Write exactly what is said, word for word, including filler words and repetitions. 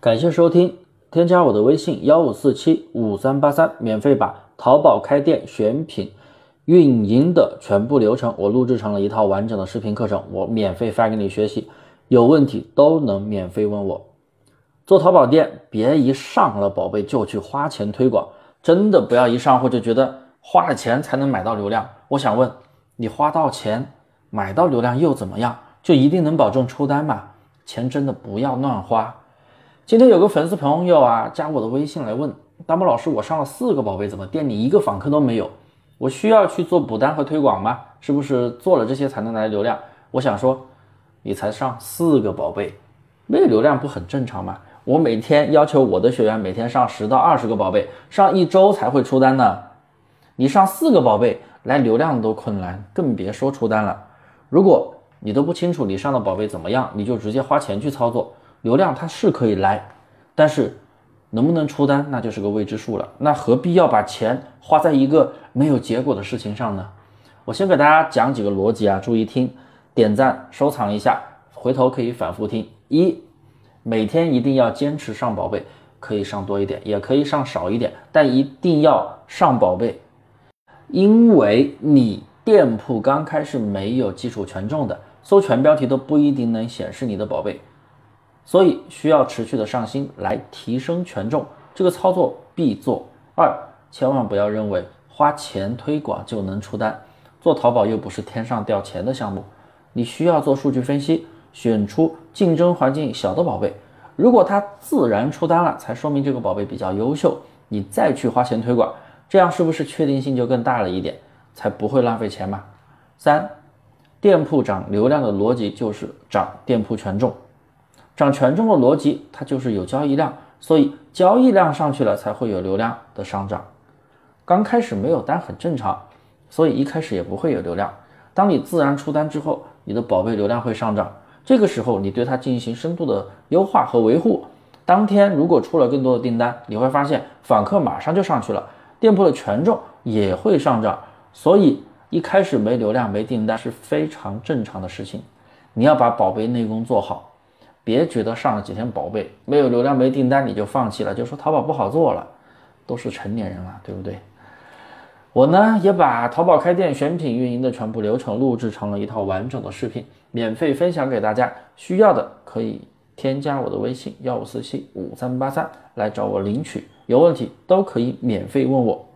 感谢收听，添加我的微信幺五四七五三八三，免费把淘宝开店选品运营的全部流程我录制成了一套完整的视频课程，我免费发给你学习，有问题都能免费问我。做淘宝店别一上了宝贝就去花钱推广，真的不要一上货就觉得花了钱才能买到流量。我想问你，花到钱买到流量又怎么样？就一定能保证出单吗？钱真的不要乱花。今天有个粉丝朋友啊加我的微信来问，大猫老师，我上了四个宝贝，怎么店里一个访客都没有？我需要去做补单和推广吗？是不是做了这些才能来流量？我想说，你才上四个宝贝，没有流量不很正常吗？我每天要求我的学员每天上十到二十个宝贝，上一周才会出单呢。你上四个宝贝来流量都困难，更别说出单了。如果你都不清楚你上的宝贝怎么样，你就直接花钱去操作，流量它是可以来，但是能不能出单那就是个未知数了。那何必要把钱花在一个没有结果的事情上呢？我先给大家讲几个逻辑啊，注意听，点赞收藏一下，回头可以反复听。一，每天一定要坚持上宝贝，可以上多一点也可以上少一点，但一定要上宝贝。因为你店铺刚开始没有基础权重的，搜全标题都不一定能显示你的宝贝，所以需要持续的上新来提升权重，这个操作必做。二，千万不要认为花钱推广就能出单，做淘宝又不是天上掉钱的项目，你需要做数据分析，选出竞争环境小的宝贝，如果它自然出单了，才说明这个宝贝比较优秀，你再去花钱推广，这样是不是确定性就更大了一点，才不会浪费钱嘛？三，店铺涨流量的逻辑就是涨店铺权重，涨权重的逻辑它就是有交易量，所以交易量上去了才会有流量的上涨。刚开始没有单很正常，所以一开始也不会有流量。当你自然出单之后，你的宝贝流量会上涨，这个时候你对它进行深度的优化和维护，当天如果出了更多的订单，你会发现访客马上就上去了，店铺的权重也会上涨。所以一开始没流量没订单是非常正常的事情，你要把宝贝内功做好，别觉得上了几天宝贝没有流量没订单你就放弃了，就说淘宝不好做了，都是成年人了，对不对？我呢也把淘宝开店选品运营的全部流程录制成了一套完整的视频，免费分享给大家，需要的可以添加我的微信幺五四七五三八三来找我领取，有问题都可以免费问我。